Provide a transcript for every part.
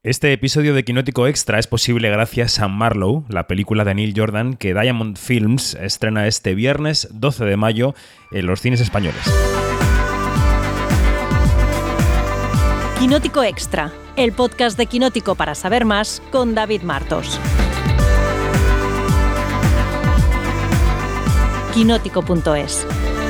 Este episodio de Quinótico Extra es posible gracias a Marlowe, la película de Neil Jordan que Diamond Films estrena este viernes 12 de mayo en los cines españoles. Quinótico Extra, el podcast de Quinótico para saber más con David Martos. Quinótico.es.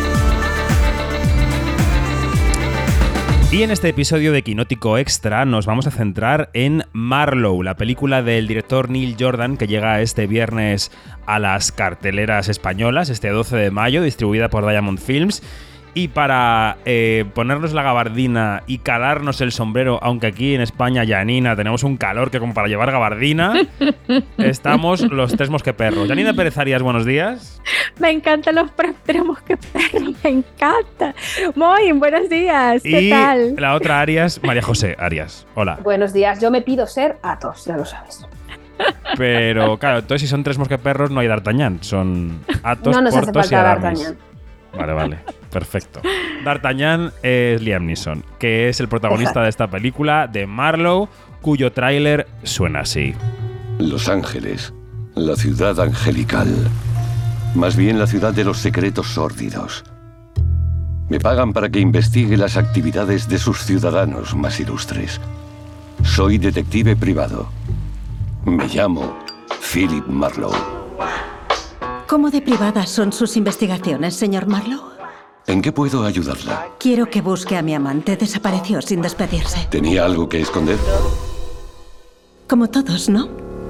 Y en este episodio de Quinótico Extra nos vamos a centrar en Marlowe, la película del director Neil Jordan que llega este viernes a las carteleras españolas, este 12 de mayo, distribuida por Diamond Films. Y para ponernos la gabardina y calarnos el sombrero, aunque aquí en España, Janina, tenemos un calor que como para llevar gabardina, estamos los tres mosqueperros. Janina Pérez Arias, buenos días. Me encantan los tres mosqueperros, me encanta. Muy buenos días, ¿qué tal? Y la otra Arias, María José Arias. Hola. Buenos días, yo me pido ser Athos, ya lo sabes. Pero claro, entonces si son tres mosqueperros no hay D'Artagnan, son Athos, no nos Porthos hace y falta Aramis. D'Artagnan. Vale, perfecto. D'Artagnan es Liam Neeson, que es el protagonista de esta película, de Marlowe, cuyo tráiler suena así. Los Ángeles, la ciudad angelical. Más bien la ciudad de los secretos sórdidos. Me pagan para que investigue las actividades de sus ciudadanos más ilustres. Soy detective privado. Me llamo Philip Marlowe. ¿Cómo de privadas son sus investigaciones, señor Marlowe? ¿En qué puedo ayudarla? Quiero que busque a mi amante. Desapareció sin despedirse. ¿Tenía algo que esconder? Como todos, ¿no?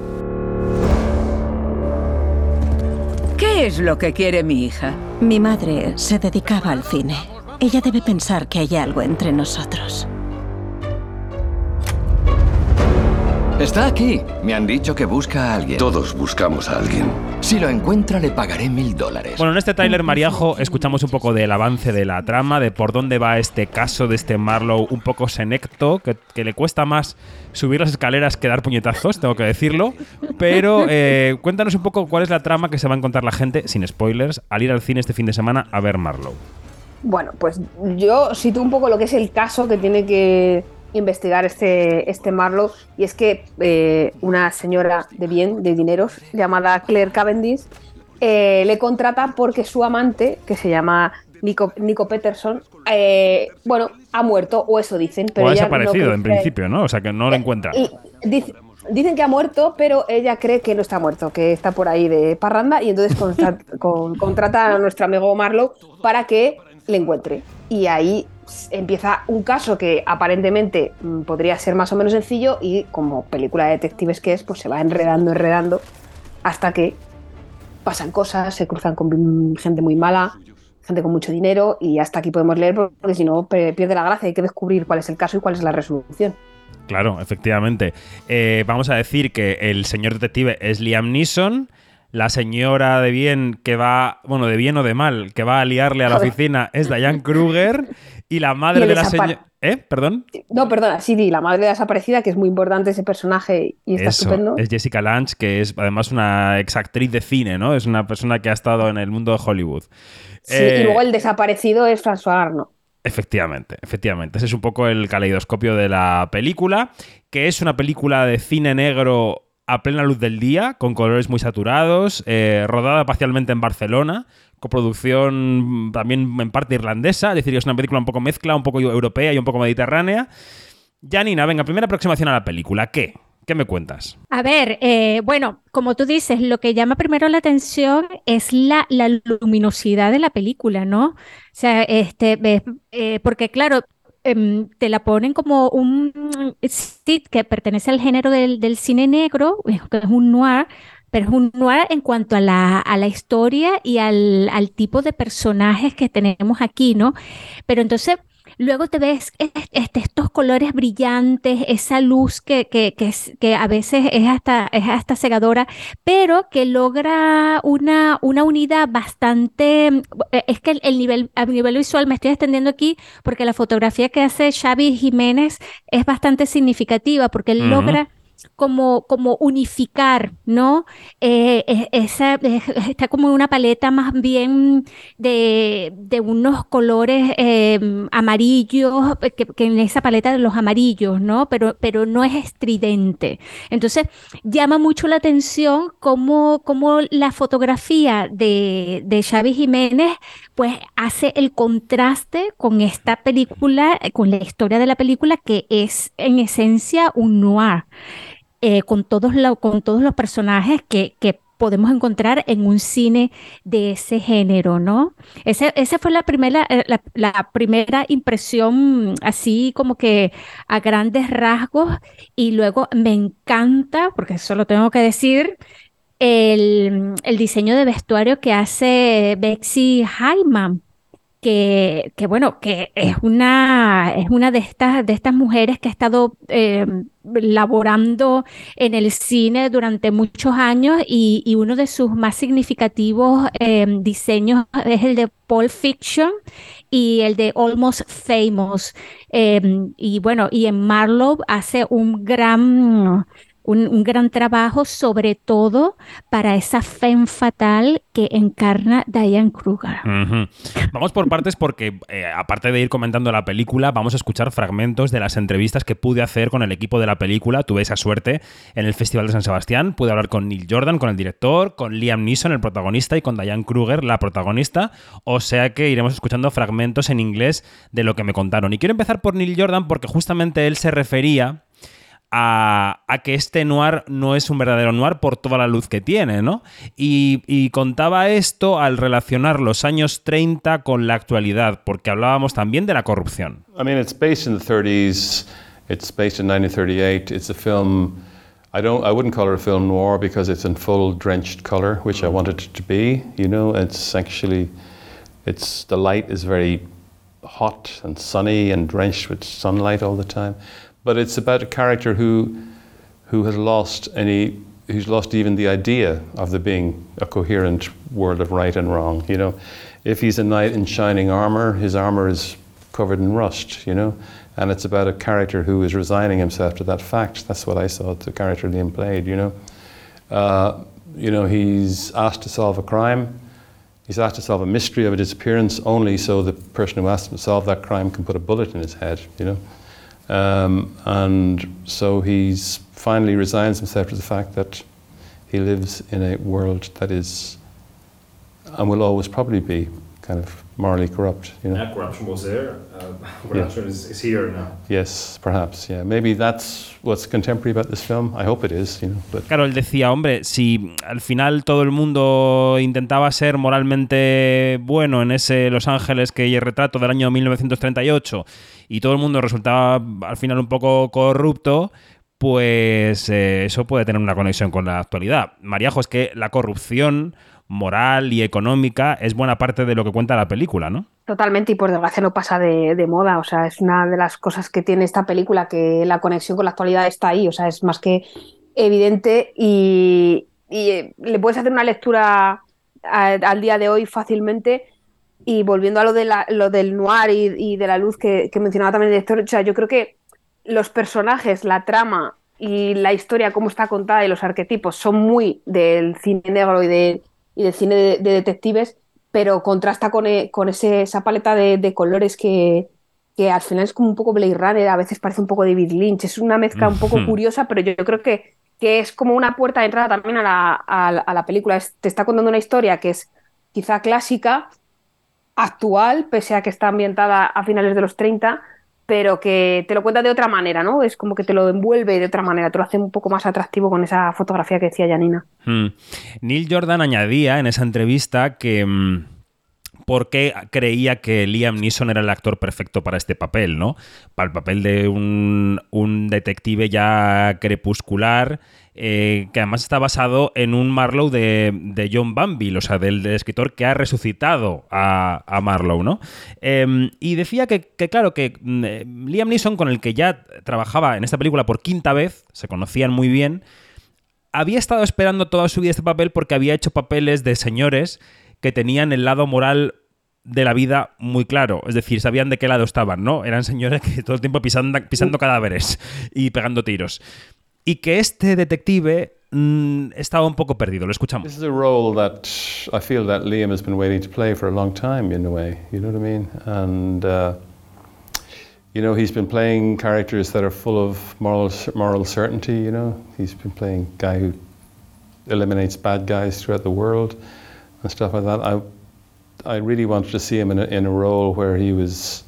¿Qué es lo que quiere mi hija? Mi madre se dedicaba al cine. Ella debe pensar que hay algo entre nosotros. Está aquí. Me han dicho que busca a alguien. Todos buscamos a alguien. Si lo encuentra, le pagaré $1,000. Bueno, en este tráiler, Mariajo, escuchamos un poco del avance de la trama, de por dónde va este caso de este Marlowe un poco senecto, que le cuesta más subir las escaleras que dar puñetazos, tengo que decirlo. Pero cuéntanos un poco cuál es la trama que se va a encontrar la gente, sin spoilers, al ir al cine este fin de semana a ver Marlowe. Bueno, pues yo sitúo un poco lo que es el caso que tiene que investigar este Marlowe, y es que una señora de bien, de dineros, llamada Claire Cavendish, le contrata porque su amante, que se llama Nico Peterson, ha muerto, o eso dicen. Pero o ha ella desaparecido, no en principio, ¿no? O sea, que no lo encuentra. Dicen que ha muerto, pero ella cree que no está muerto, que está por ahí de parranda, y entonces contrata a nuestro amigo Marlowe para que le encuentre. Y ahí empieza un caso que aparentemente podría ser más o menos sencillo, y como película de detectives que es, pues se va enredando hasta que pasan cosas, se cruzan con gente muy mala, gente con mucho dinero, y hasta aquí podemos leer, porque si no pierde la gracia. Hay que descubrir cuál es el caso y cuál es la resolución. Claro, efectivamente. Vamos a decir que el señor detective es Liam Neeson. La señora de bien que va, bueno, de bien o de mal, que va a liarle a la oficina es Diane Kruger. Y la madre de la señora... ¿Perdón? No, perdona, sí, la madre de la desaparecida, que es muy importante ese personaje y está estupendo. Es Jessica Lange, que es además una exactriz de cine, ¿no? Es una persona que ha estado en el mundo de Hollywood. Sí, y luego el desaparecido es François Arnault. Efectivamente. Ese es un poco el caleidoscopio de la película, que es una película de cine negro a plena luz del día, con colores muy saturados, rodada parcialmente en Barcelona, coproducción también en parte irlandesa, es decir, que es una película un poco mezcla, un poco europea y un poco mediterránea. Janina, venga, primera aproximación a la película. ¿Qué me cuentas? A ver, bueno, como tú dices, lo que llama primero la atención es la luminosidad de la película, ¿no? O sea, porque claro, te la ponen como un sit que pertenece al género del cine negro, que es un noir, pero es un noir en cuanto a la historia y al tipo de personajes que tenemos aquí, ¿no? Pero entonces luego te ves estos colores brillantes, esa luz que a veces es hasta cegadora, pero que logra una unidad bastante... Es que a nivel visual me estoy extendiendo aquí porque la fotografía que hace Xavi Jiménez es bastante significativa, porque él logra como unificar, ¿no? Está como una paleta más bien de unos colores amarillos, que en esa paleta de los amarillos, ¿no? Pero no es estridente. Entonces, llama mucho la atención cómo la fotografía de Xavi Jiménez pues hace el contraste con esta película, con la historia de la película, que es en esencia un noir, con todos los personajes que podemos encontrar en un cine de ese género, ¿no? Esa fue la primera impresión, así como que a grandes rasgos, y luego me encanta, porque eso lo tengo que decir, el diseño de vestuario que hace Betsy Hyman, bueno, que es una de estas mujeres que ha estado laborando en el cine durante muchos años, y uno de sus más significativos diseños es el de Pulp Fiction y el de Almost Famous. Y bueno, y en Marlowe hace un gran trabajo, sobre todo para esa femme fatal que encarna Diane Kruger. Uh-huh. Vamos por partes porque, aparte de ir comentando la película, vamos a escuchar fragmentos de las entrevistas que pude hacer con el equipo de la película. Tuve esa suerte en el Festival de San Sebastián. Pude hablar con Neil Jordan, con el director, con Liam Neeson, el protagonista, y con Diane Kruger, la protagonista. O sea que iremos escuchando fragmentos en inglés de lo que me contaron. Y quiero empezar por Neil Jordan porque justamente él se refería a que este noir no es un verdadero noir por toda la luz que tiene, ¿no? Y contaba esto al relacionar los años 30 con la actualidad, porque hablábamos también de la corrupción. I mean, it's based in the 30s. It's based in 1938. It's a film. I wouldn't call it a film noir because it's in full drenched color, which I wanted it to be. You know, the light is very hot and sunny and drenched with sunlight all the time. But it's about a character who has lost who's lost even the idea of there being a coherent world of right and wrong. You know, if he's a knight in shining armor, his armor is covered in rust. You know, and it's about a character who is resigning himself to that fact. That's what I saw the character Liam played. You know, he's asked to solve a crime. He's asked to solve a mystery of a disappearance only so the person who asked him to solve that crime can put a bullet in his head. You know. And so he's finally resigns himself to the fact that he lives in a world that is, and will always probably be, kind of morally corrupt. You know? Yeah, corruption was there. Corruption is here now. Yes, perhaps. Yeah, maybe that's what's contemporary about this film. I hope it is. You know, but claro, él decía, hombre, si al final todo el mundo intentaba ser moralmente bueno en ese Los Ángeles que retrato del año 1938 y todo el mundo resultaba al final un poco corrupto, pues eso puede tener una conexión con la actualidad. Mariajo, es que la corrupción moral y económica es buena parte de lo que cuenta la película, ¿no? Totalmente, y por desgracia no pasa de moda. O sea, es una de las cosas que tiene esta película, que la conexión con la actualidad está ahí. O sea, es más que evidente, y le puedes hacer una lectura al día de hoy fácilmente. Y volviendo a lo del noir y de la luz que mencionaba también el director, o sea, yo creo que los personajes, la trama y la historia, cómo está contada, y los arquetipos son muy del cine negro y del cine de detectives, pero contrasta con esa paleta de colores que al final es como un poco Blade Runner, a veces parece un poco David Lynch. Es una mezcla un poco curiosa, pero yo creo que es como una puerta de entrada también a la película. Te está contando una historia que es quizá clásica, actual, pese a que está ambientada a finales de los 30, pero que te lo cuenta de otra manera, ¿no? Es como que te lo envuelve de otra manera, te lo hace un poco más atractivo con esa fotografía que decía Janina. Neil Jordan añadía en esa entrevista que por qué creía que Liam Neeson era el actor perfecto para este papel, ¿no? Para el papel de un detective ya crepuscular, que además está basado en un Marlowe de John Banville, o sea, del escritor que ha resucitado a Marlowe, ¿no? Y decía que claro, que Liam Neeson, con el que ya trabajaba en esta película por quinta vez, se conocían muy bien, había estado esperando toda su vida este papel porque había hecho papeles de señores que tenían el lado moral de la vida muy claro, es decir, sabían de qué lado estaban, ¿no? Eran señores que todo el tiempo pisando cadáveres y pegando tiros. y que este detective estaba un poco perdido. Lo escuchamos. This is a role that I feel that Liam has been waiting to play for a long time, in a way. You know what I mean? And you know, he's been playing characters that are full of moral certainty. You know, he's been playing a guy who eliminates bad guys throughout the world and stuff like that. I really wanted to see him in a role where there was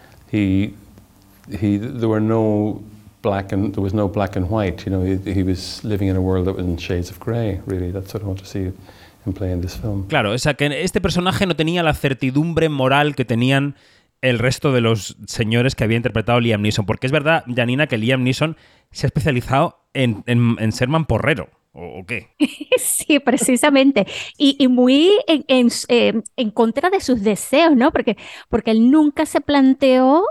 no black and white. You know, he was living in a world that was in shades of grey. Really, that's what I want to see him play in this film. Claro, o sea que este personaje no tenía la certidumbre moral que tenían el resto de los señores que había interpretado Liam Neeson, porque es verdad, Janina, que Liam Neeson se ha especializado en ser mamporrero. ¿O qué? Sí, precisamente. Y muy en contra de sus deseos, ¿no? Porque él nunca se planteó,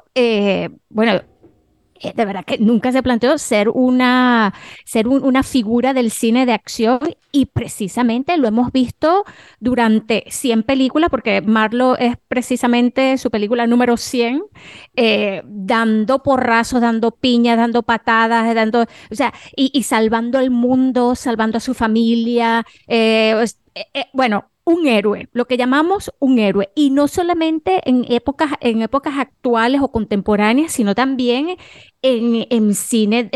de verdad que nunca se planteó ser una figura del cine de acción, y precisamente lo hemos visto durante 100 películas, porque Marlowe es precisamente su película número 100, dando porrazos, dando piñas, dando patadas, y salvando el mundo, salvando a su familia, un héroe, lo que llamamos un héroe, y no solamente en épocas actuales o contemporáneas, sino también en cine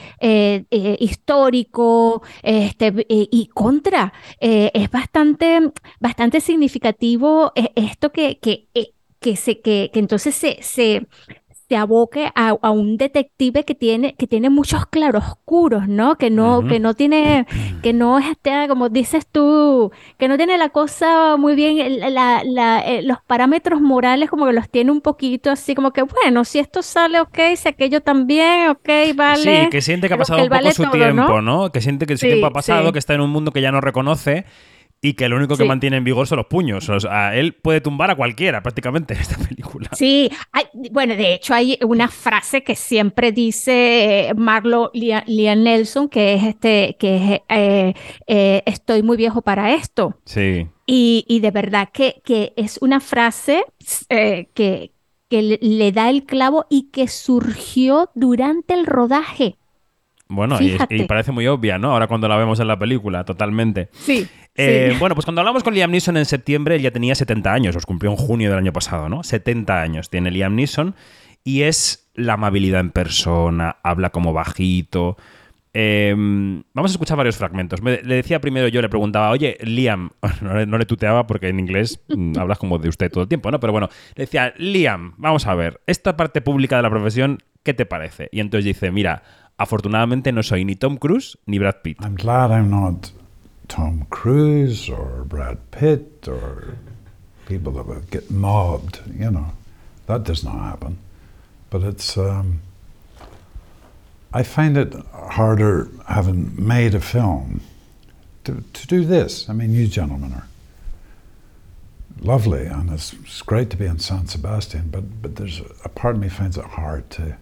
histórico, y contra. Es bastante significativo esto que entonces se aboque a un detective que tiene muchos claroscuros, ¿no? Que no tiene, que no es, como dices tú, que no tiene la cosa muy bien, los parámetros morales como que los tiene un poquito así, como que bueno, si esto sale, ok, si aquello también, ok, vale. Sí, que siente que ha pasado un poco su tiempo, ¿no? Que siente que su tiempo ha pasado, que está en un mundo que ya no reconoce, y que lo único que mantiene en vigor son los puños. O sea, él puede tumbar a cualquiera prácticamente en esta película. Sí, de hecho hay una frase que siempre dice Marlowe Liam Neeson, que es estoy muy viejo para esto. Sí. Y de verdad que es una frase que le da el clavo y que surgió durante el rodaje. Bueno, y parece muy obvia, ¿no? Ahora cuando la vemos en la película, totalmente. Sí. Bueno, pues cuando hablamos con Liam Neeson en septiembre, él ya tenía 70 años, los cumplió en junio del año pasado, ¿no? 70 años tiene Liam Neeson, y es la amabilidad en persona, habla como bajito. Vamos a escuchar varios fragmentos. Le decía primero, yo le preguntaba, oye, Liam, no le tuteaba porque en inglés hablas como de usted todo el tiempo, ¿no? Pero bueno, le decía, Liam, vamos a ver, esta parte pública de la profesión, ¿qué te parece? Y entonces dice, mira, afortunadamente no soy ni Tom Cruise ni Brad Pitt. I'm glad I'm not Tom Cruise or Brad Pitt or people that would get mobbed, you know. That does not happen. But it's, I find it harder, having made a film, to do this. I mean, you gentlemen are lovely, and it's great to be in San Sebastian, but there's a part of me finds it hard to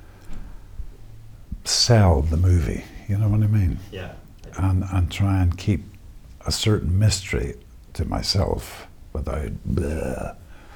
sell the movie, you know what I mean? Yeah. And try and keep a certain mystery to myself without blah.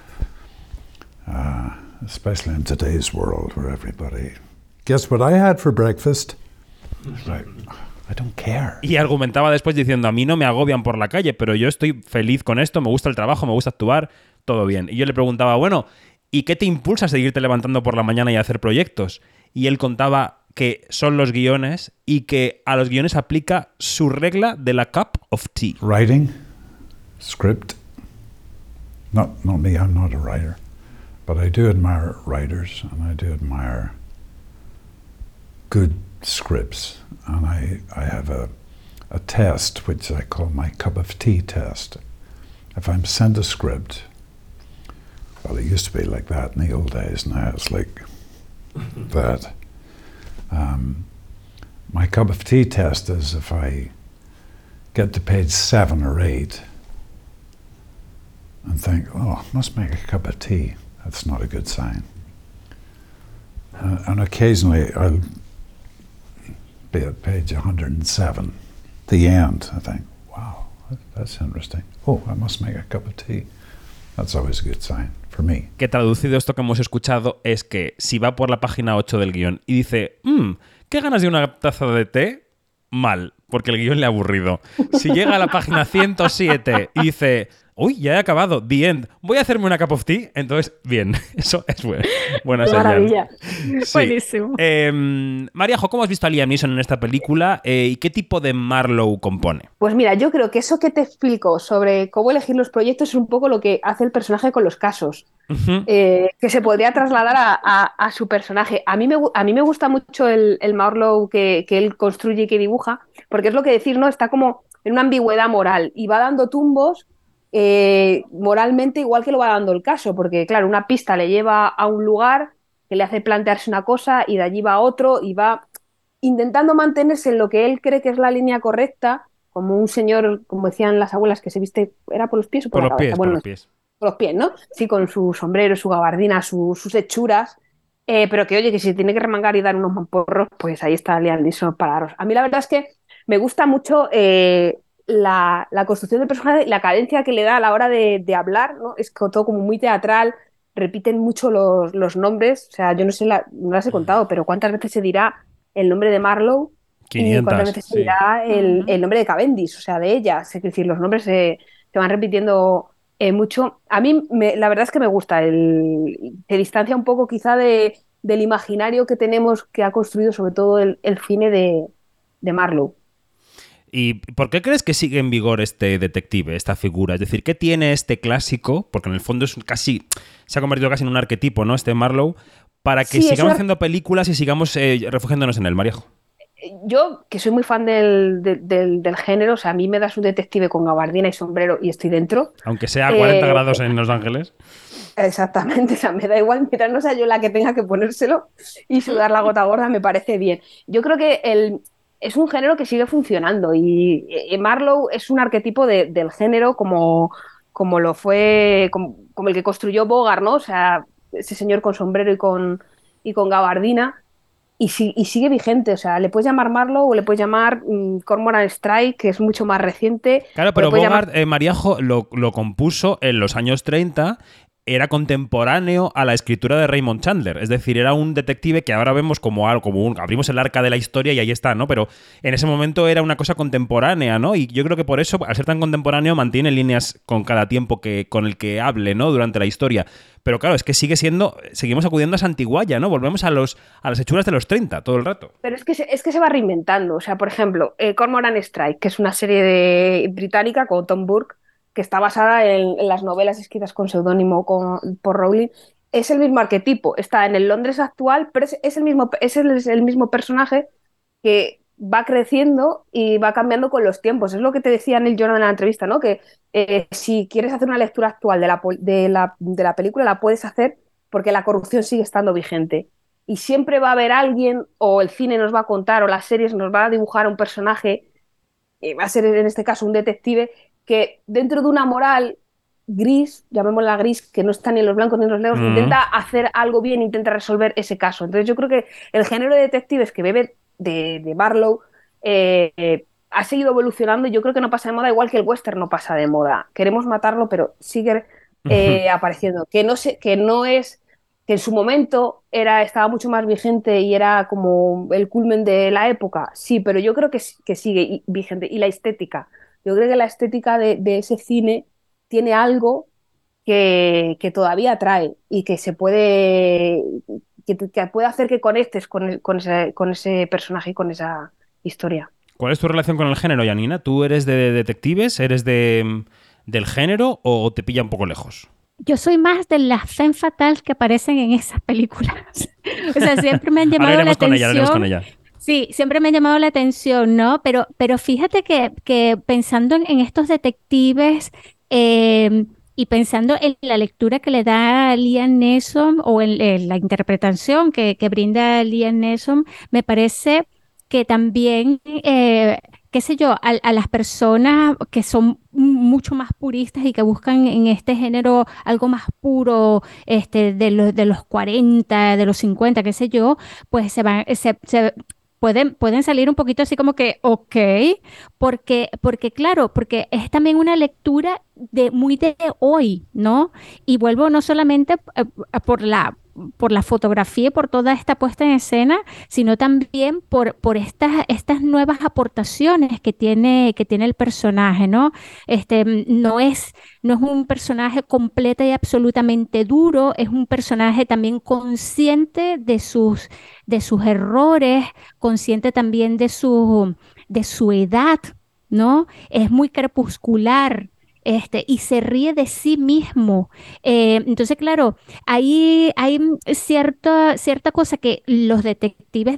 Especially in today's world where everybody... Guess what I had for breakfast? Right. I don't care. Y argumentaba después diciendo, a mí no me agobian por la calle, pero yo estoy feliz con esto, me gusta el trabajo, me gusta actuar, todo bien. Y yo le preguntaba, bueno, ¿y qué te impulsa a seguirte levantando por la mañana y a hacer proyectos? Y él contaba que son los guiones y que a los guiones aplica su regla de la cup of tea. Writing, script. Not me, I'm not a writer. But I do admire writers, and I do admire good scripts. And I have a test which I call my cup of tea test. If I'm sent a script, well, it used to be like that in the old days, now it's like that. My cup of tea test is if I get to page 7 or 8 and think, oh, I must make a cup of tea. That's not a good sign. And occasionally I'll be at page 107, the end. I think, wow, that's interesting. Oh, I must make a cup of tea. That's always a good sign for me. Que traducido esto que hemos escuchado es que si va por la página 8 del guión y dice, ¿qué ganas de una taza de té? Mal, porque el guión le ha aburrido. Si llega a la página 107 y dice, uy, ya he acabado, the end, voy a hacerme una cup of tea, entonces, bien, eso es buena señal. Maravilla. Sí. Buenísimo. Mariajo, ¿cómo has visto a Liam Neeson en esta película y qué tipo de Marlowe compone? Pues mira, yo creo que eso que te explico sobre cómo elegir los proyectos es un poco lo que hace el personaje con los casos, que se podría trasladar a su personaje. A mí me gusta mucho el Marlowe que él construye y que dibuja, porque es lo que decir, ¿no? Está como en una ambigüedad moral y va dando tumbos moralmente igual que lo va dando el caso, porque claro, una pista le lleva a un lugar que le hace plantearse una cosa y de allí va a otro y va intentando mantenerse en lo que él cree que es la línea correcta, como un señor, como decían las abuelas, que se viste, ¿era por los pies o por la cabeza? Por los pies. Por los pies, ¿no? Sí, con su sombrero, su gabardina, sus hechuras, pero que oye, que si se tiene que remangar y dar unos mamporros, pues ahí está Liam Neeson para daros. A mí la verdad es que me gusta mucho la construcción del personaje, la cadencia que le da a la hora de hablar, ¿no? Es todo como muy teatral, repiten mucho los nombres, o sea, yo no sé, no las he contado, pero ¿cuántas veces se dirá el nombre de Marlowe? 500, y cuántas veces se dirá el nombre de Cavendish, o sea, de ella. Es decir, los nombres se van repitiendo mucho. A mí la verdad es que me gusta, se distancia un poco quizá del imaginario que tenemos que ha construido sobre todo el cine de Marlowe. ¿Y por qué crees que sigue en vigor este detective, esta figura? Es decir, ¿qué tiene este clásico? Porque en el fondo se ha convertido casi en un arquetipo, ¿no? Este Marlowe, para que sigamos haciendo películas y sigamos refugiándonos en él, Mariajo. Yo, que soy muy fan del género, o sea, a mí me das un detective con gabardina y sombrero y estoy dentro. Aunque sea a 40 grados en Los Ángeles. Exactamente, o sea, me da igual, mientras no sea yo la que tenga que ponérselo y sudar la gota gorda, me parece bien. Yo creo que es un género que sigue funcionando y Marlowe es un arquetipo del género como lo fue, como el que construyó Bogart, ¿no? O sea, ese señor con sombrero y con gabardina. Y sigue vigente, o sea, le puedes llamar Marlowe o le puedes llamar Cormoran Strike, que es mucho más reciente. Claro, pero Bogart, Mariajo, lo compuso en los años 30, era contemporáneo a la escritura de Raymond Chandler. Es decir, era un detective que ahora vemos como abrimos el arca de la historia y ahí está, ¿no? Pero en ese momento era una cosa contemporánea, ¿no? Y yo creo que por eso, al ser tan contemporáneo, mantiene líneas con cada tiempo con el que hable, ¿no? Durante la historia. Pero claro, es que seguimos acudiendo a esa antigualla, ¿no? Volvemos a las hechuras de los 30 todo el rato. Pero es que se va reinventando. O sea, por ejemplo, Cormoran Strike, que es una serie británica con Tom Burke, que está basada en las novelas escritas con seudónimo por Rowling, es el mismo arquetipo. Está en el Londres actual, pero es el mismo personaje que va creciendo y va cambiando con los tiempos. Es lo que te decía Neil Jordan en la entrevista, ¿no? Que si quieres hacer una lectura actual de la película, la puedes hacer porque la corrupción sigue estando vigente. Y siempre va a haber alguien, o el cine nos va a contar, o las series nos va a dibujar un personaje, va a ser en este caso un detective, que dentro de una moral gris, llamémosla gris, que no está ni en los blancos ni en los negros, intenta hacer algo bien, intenta resolver ese caso. Entonces yo creo que el género de detectives que bebe de Marlowe ha seguido evolucionando y yo creo que no pasa de moda, igual que el western no pasa de moda. Queremos matarlo, pero sigue apareciendo. Que en su momento estaba mucho más vigente y era como el culmen de la época, sí, pero yo creo que sigue vigente. Y la estética. Yo creo que la estética de ese cine tiene algo que todavía atrae y que que puede hacer que conectes con ese personaje y con esa historia. ¿Cuál es tu relación con el género, Janina? ¿Tú eres de detectives? ¿Eres del género o te pilla un poco lejos? Yo soy más de las femme fatales que aparecen en esas películas. O sea, siempre me han llamado la atención. Con ella. Sí, siempre me ha llamado la atención, ¿no? Pero fíjate que pensando en estos detectives y pensando en la lectura que le da Liam Neeson o en la interpretación que brinda Liam Neeson, me parece que también, qué sé yo, a las personas que son mucho más puristas y que buscan en este género algo más puro, de los 40, de los 50, qué sé yo, pues pueden salir un poquito así como que, ok, porque claro, porque es también una lectura muy de hoy, ¿no? Y vuelvo no solamente por la fotografía y por toda esta puesta en escena, sino también por estas nuevas aportaciones que tiene el personaje, ¿no? No es un personaje completa y absolutamente duro, es un personaje también consciente de sus errores, consciente también de su edad, ¿no? Es muy crepuscular. Y se ríe de sí mismo. Entonces, claro, hay cierta cosa que los detectives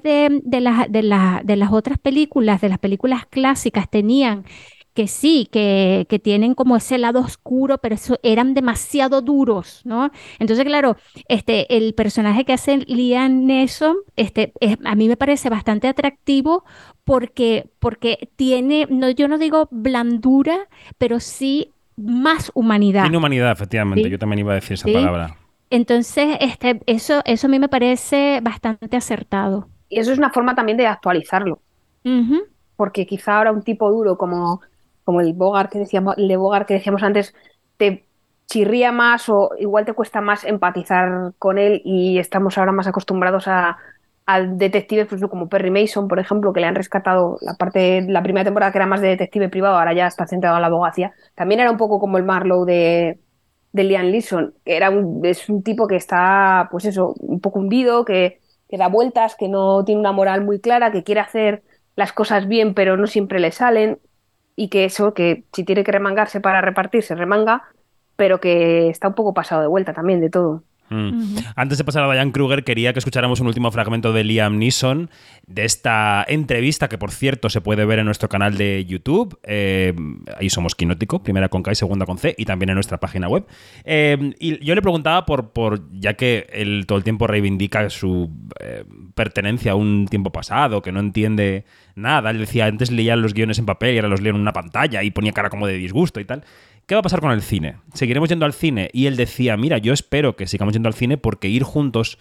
de las otras películas, de las películas clásicas, tenían, que sí, que tienen como ese lado oscuro, pero eso eran demasiado duros, ¿no? Entonces, claro, el personaje que hace Liam Neeson, a mí me parece bastante atractivo porque tiene, no, yo no digo blandura, pero sí más humanidad. Tiene humanidad, efectivamente. ¿Sí? Yo también iba a decir esa ¿Sí? palabra. Entonces, eso a mí me parece bastante acertado. Y eso es una forma también de actualizarlo. Ujú. Porque quizá ahora un tipo duro como el Bogart que decíamos, el de Bogart que decíamos antes, te chirría más o igual te cuesta más empatizar con él, y estamos ahora más acostumbrados a detectives pues, como Perry Mason, por ejemplo, que le han rescatado la primera temporada que era más de detective privado, ahora ya está centrado en la abogacía. También era un poco como el Marlowe de Liam Neeson, que es un tipo que está, pues eso, un poco hundido, que da vueltas, que no tiene una moral muy clara, que quiere hacer las cosas bien, pero no siempre le salen, y que si tiene que remangarse para repartir, se remanga, pero que está un poco pasado de vuelta también de todo. Antes de pasar a Diane Kruger, quería que escucháramos un último fragmento de Liam Neeson, de esta entrevista que, por cierto, se puede ver en nuestro canal de YouTube. Ahí somos Quinótico, primera con K y segunda con C, y también en nuestra página web. Y yo le preguntaba ya que él todo el tiempo reivindica su pertenencia a un tiempo pasado, que no entiende nada. Él decía, antes leía los guiones en papel y ahora los leo en una pantalla, y ponía cara como de disgusto y tal. ¿Qué va a pasar con el cine? ¿Seguiremos yendo al cine? Y él decía, mira, yo espero que sigamos yendo al cine porque ir juntos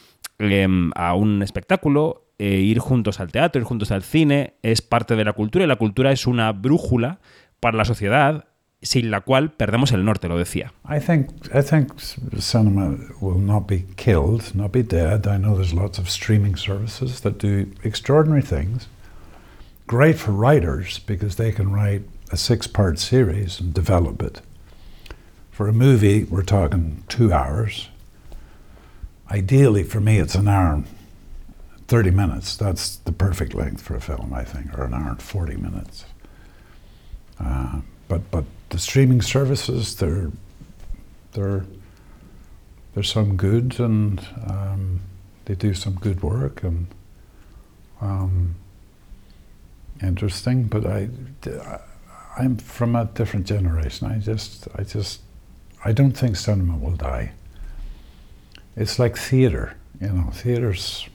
a un espectáculo, ir juntos al teatro, ir juntos al cine, es parte de la cultura, y la cultura es una brújula para la sociedad sin la cual perdemos el norte, lo decía. I think cinema will not be killed, not be dead. I know there's lots of streaming services that do extraordinary things. Great for writers because they can write a 6-part series and develop it. For a movie, we're talking 2 hours. Ideally, for me, it's an hour and 30 minutes. That's the perfect length for a film, I think, or an hour and 40 minutes. But the streaming services, they're some good, and they do some good work and interesting. But I'm from a different generation. I don't think cinema will die. It's like theatre, theatre's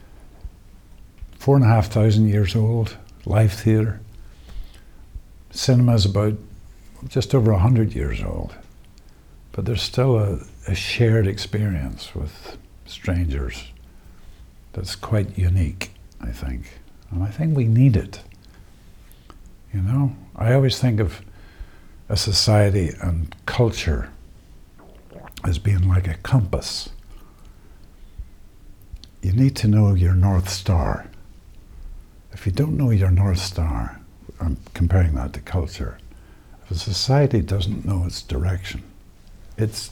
4,500 years old, live theatre. Cinema is about just over 100 years old, but there's still a shared experience with strangers that's quite unique, I think. And I think we need it. I always think of a society and culture as being like a compass. You need to know your North Star. If you don't know your North Star, I'm comparing that to culture, if a society doesn't know its direction, it's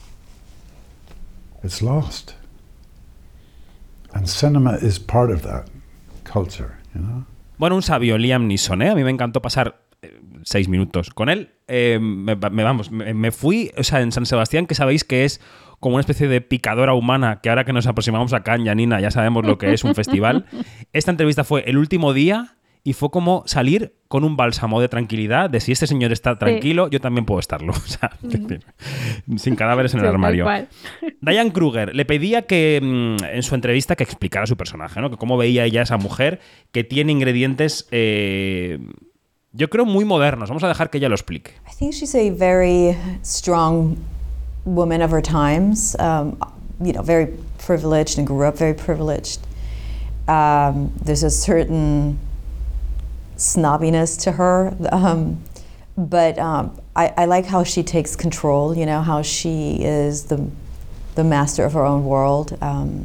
lost. And cinema is part of that culture, Bueno, un sabio, Liam Neeson, ¿eh? A mí me encantó pasar 6 minutos con él. Me fui, en San Sebastián, que sabéis que es como una especie de picadora humana, que ahora que nos aproximamos a Cannes, Janina, ya sabemos lo que es un festival. Esta entrevista fue el último día y fue como salir con un bálsamo de tranquilidad, de si este señor está tranquilo, yo también puedo estarlo. O sea, sin cadáveres en el armario. Diane Kruger le pedía que en su entrevista que explicara su personaje, ¿no? Que cómo veía ella a esa mujer que tiene ingredientes, yo creo, muy modernos. Vamos a dejar que ella lo explique. I think she's a very strong woman of her times, very privileged and grew up very privileged. There's a certain snobbiness to her, but I like how she takes control, you know, how she is the master of her own world.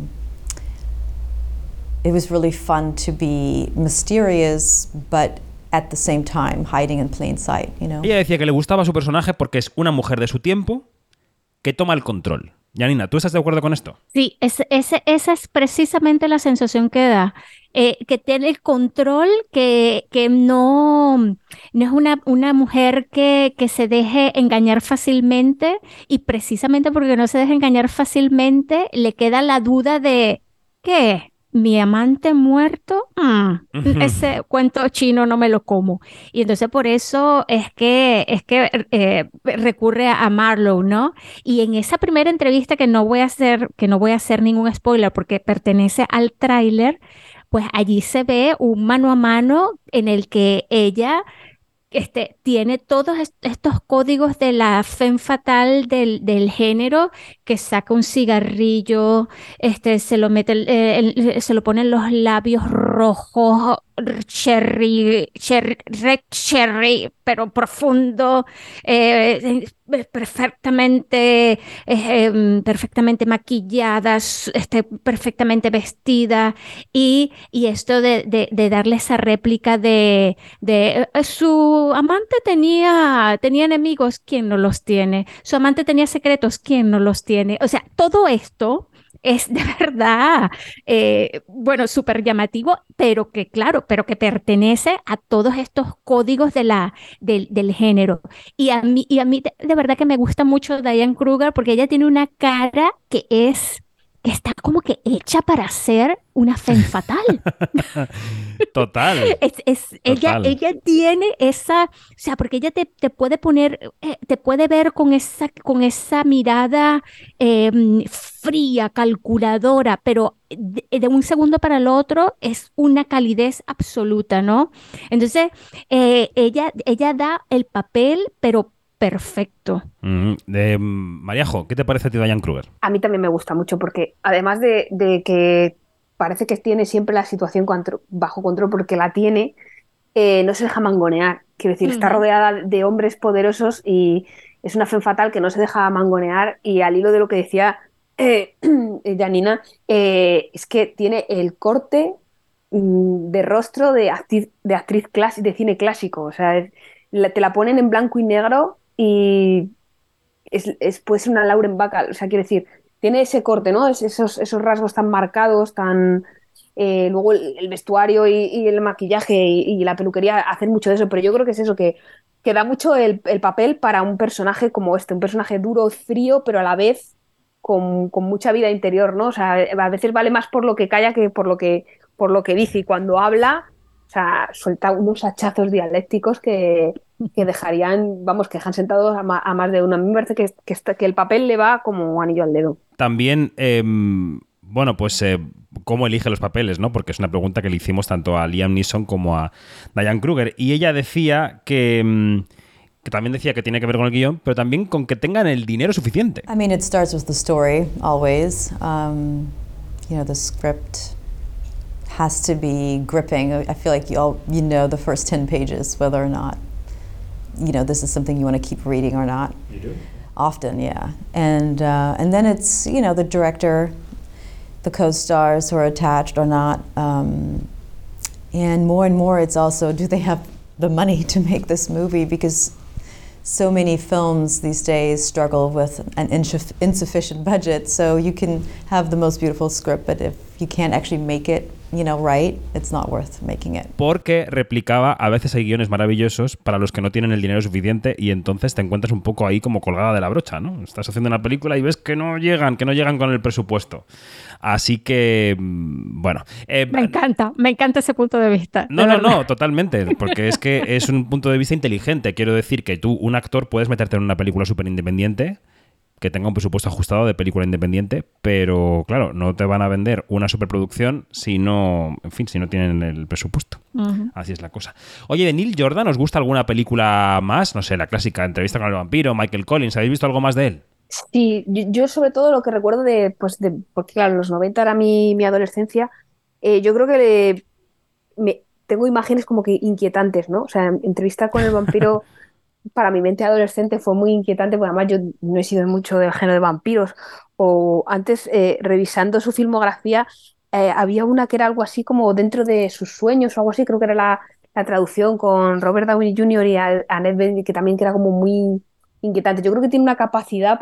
It was really fun to be mysterious, but at the same time hiding in plain sight, you know. Ella decía que le gustaba su personaje porque es una mujer de su tiempo que toma el control. Janina, ¿tú estás de acuerdo con esto? Sí, esa es precisamente la sensación que da, que tiene el control, que no es una mujer que se deje engañar fácilmente, y precisamente porque no se deja engañar fácilmente, le queda la duda de, ¿qué? ¿Mi amante muerto? Ese cuento chino no me lo como. Y entonces por eso es que recurre a Marlowe, ¿no? Y en esa primera entrevista que no voy a hacer ningún spoiler porque pertenece al tráiler, pues allí se ve un mano a mano en el que ella tiene todos estos códigos de la femme fatale del género, que saca un cigarrillo, se lo mete, se lo pone en los labios rojos, red cherry, pero profundo, perfectamente maquillada, perfectamente vestida, y esto de darle esa réplica de su amante tenía enemigos, ¿quién no los tiene? Su amante tenía secretos, ¿quién no los tiene? O sea, todo esto es de verdad, bueno, súper llamativo, pero que pertenece a todos estos códigos del género. Y a mí de verdad que me gusta mucho Diane Kruger, porque ella tiene una cara que está como que hecha para ser una femme fatale. Total. Ella tiene esa, o sea, porque ella te puede poner, te puede ver con esa mirada fría, calculadora, pero de un segundo para el otro es una calidez absoluta, ¿no? Entonces, ella da el papel, pero perfecto. Mariajo, ¿qué te parece a ti Diane Kruger? A mí también me gusta mucho porque además de que parece que tiene siempre la situación bajo control porque la tiene, no se deja mangonear. Quiero decir, está rodeada de hombres poderosos y es una femme fatale que no se deja mangonear, y al hilo de lo que decía Janina, es que tiene el corte de rostro de actriz de cine clásico. O sea, te la ponen en blanco y negro y puede ser una Lauren Bacall. O sea, quiero decir, tiene ese corte, ¿no? Esos rasgos tan marcados, tan... luego el vestuario y el maquillaje y la peluquería hacen mucho de eso, pero yo creo que es eso, que da mucho el papel para un personaje como un personaje duro, frío, pero a la vez con mucha vida interior, ¿no? O sea, a veces vale más por lo que calla que por lo que dice, y cuando habla, o sea, suelta unos hachazos dialécticos que dejarían, vamos, que dejan sentados a más de uno. A mí me parece que el papel le va como anillo al dedo. También, bueno, pues cómo elige los papeles, ¿no? Porque es una pregunta que le hicimos tanto a Liam Neeson como a Diane Kruger. Y ella decía que también decía que tiene que ver con el guión, pero también con que tengan el dinero suficiente. I mean, it starts with the story, always. You know, the script has to be gripping. I feel like you know the first 10 pages, whether or not, you know, this is something you want to keep reading or not. You do? Often, yeah. And then it's, you know, the director, the co-stars who are attached or not. And more it's also, do they have the money to make this movie? Because so many films these days struggle with an insufficient budget. So you can have the most beautiful script, but if you can't actually make it, you know, right, it's not worth making it. Porque replicaba, a veces hay guiones maravillosos para los que no tienen el dinero suficiente, y entonces te encuentras un poco ahí como colgada de la brocha, ¿no? Estás haciendo una película y ves que no llegan con el presupuesto. Así que, bueno. Me encanta ese punto de vista. No, totalmente, porque es que es un punto de vista inteligente. Quiero decir que tú, un actor, puedes meterte en una película súper independiente, que tenga un presupuesto ajustado de película independiente, pero claro, no te van a vender una superproducción si no tienen el presupuesto. Uh-huh. Así es la cosa. Oye, de Neil Jordan, ¿os gusta alguna película más? No sé, la clásica Entrevista con el vampiro, Michael Collins, ¿habéis visto algo más de él? Sí, yo sobre todo lo que recuerdo porque claro, en los 90 era mi adolescencia, yo creo que tengo imágenes como que inquietantes, ¿no? O sea, entrevistar con el vampiro para mi mente adolescente fue muy inquietante, porque además yo no he sido mucho del género de vampiros. O antes, revisando su filmografía, había una que era algo así como dentro de sus sueños o algo así, creo que era la traducción con Robert Downey Jr. y Annette Bening, que también que era como muy inquietante. Yo creo que tiene una capacidad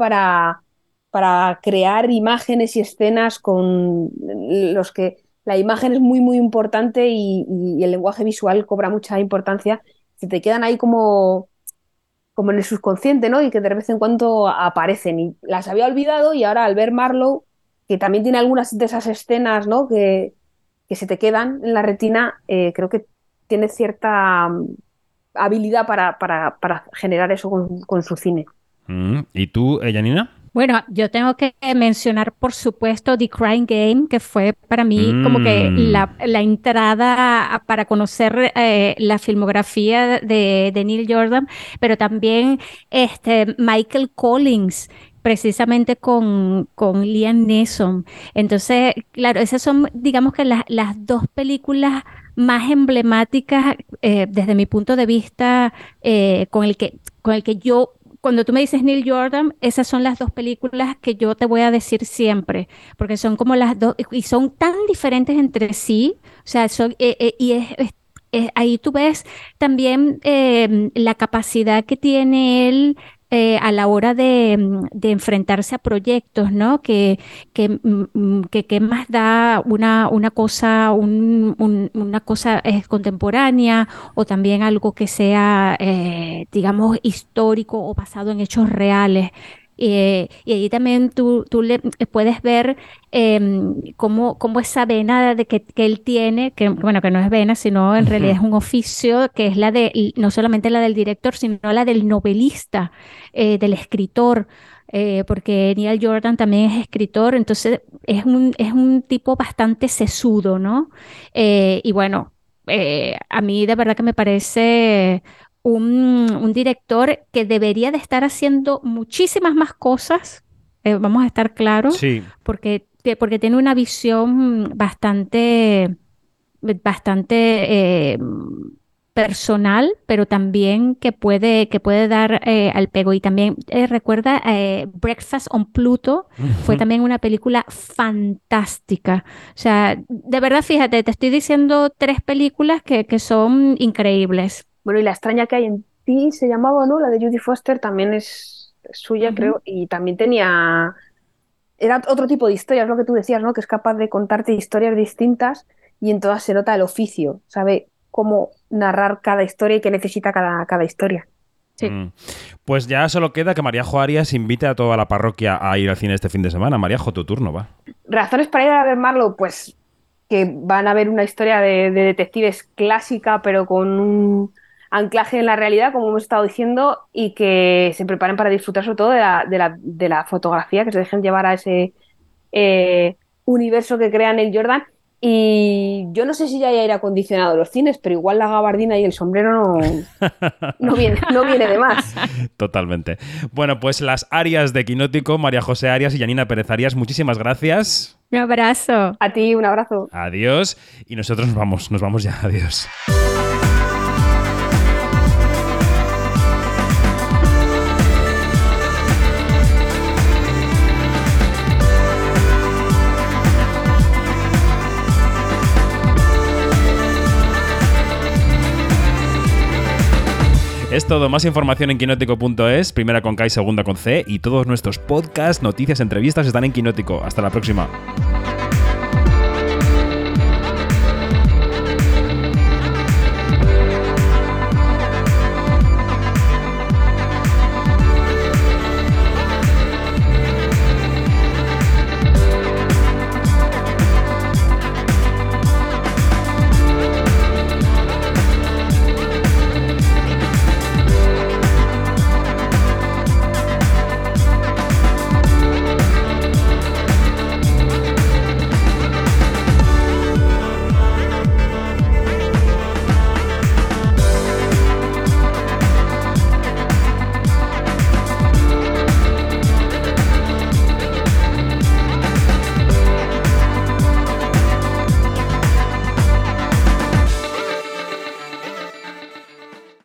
para crear imágenes y escenas con los que la imagen es muy, muy importante y el lenguaje visual cobra mucha importancia. Se te quedan ahí como en el subconsciente, ¿no? Y que de vez en cuando aparecen. Y las había olvidado y ahora al ver Marlowe, que también tiene algunas de esas escenas, ¿no? Que se te quedan en la retina, creo que tiene cierta habilidad para generar eso con su cine. ¿Y tú, Janina? Bueno, yo tengo que mencionar, por supuesto, The Crying Game, que fue para mí como que la entrada para conocer la filmografía de Neil Jordan, pero también Michael Collins, precisamente con Liam Neeson. Entonces, claro, esas son, digamos que las dos películas más emblemáticas desde mi punto de vista, con el que yo, cuando tú me dices Neil Jordan, esas son las dos películas que yo te voy a decir siempre, porque son como las dos, y son tan diferentes entre sí, o sea, ahí tú ves también la capacidad que tiene él a la hora de enfrentarse a proyectos, ¿no? Que más da una cosa, una cosa contemporánea, o también algo que sea, digamos, histórico o basado en hechos reales. Y ahí también tú puedes ver cómo esa vena que él tiene, que bueno, que no es vena, sino en realidad es un oficio, que es no solamente la del director, sino la del novelista, del escritor, porque Neil Jordan también es escritor, entonces es un tipo bastante sesudo, ¿no? Y bueno, a mí de verdad que me parece un director que debería de estar haciendo muchísimas más cosas, vamos a estar claros, Sí. porque tiene una visión bastante personal, pero también que puede dar al pego. Y también recuerda Breakfast on Pluto, fue también una película fantástica. O sea, de verdad, fíjate, te estoy diciendo 3 películas que son increíbles. Bueno, y La extraña que hay en ti se llamaba, ¿no? La de Judy Foster también es suya, creo, y también era otro tipo de historias, lo que tú decías, ¿no? Que es capaz de contarte historias distintas y en todas se nota el oficio, sabe cómo narrar cada historia y qué necesita cada historia. Sí. Pues ya solo queda que Mariajo Arias invite a toda la parroquia a ir al cine este fin de semana. Mariajo, tu turno, va. Razones para ir a ver Marlowe, pues que van a ver una historia de detectives clásica, pero con un anclaje en la realidad, como hemos estado diciendo, y que se preparen para disfrutar sobre todo de la fotografía, que se dejen llevar a ese universo que crea Neil Jordan. Y yo no sé si ya hay aire acondicionado en los cines, pero igual la gabardina y el sombrero no viene de más. Totalmente. Bueno, pues las Arias de Quinótico, María José Arias y Janina Pérez Arias, muchísimas gracias. Un abrazo. A ti, un abrazo. Adiós. Y nosotros nos vamos ya. Adiós. Es todo, más información en quinótico.es, primera con K y segunda con C, y todos nuestros podcasts, noticias, entrevistas están en Quinótico. Hasta la próxima.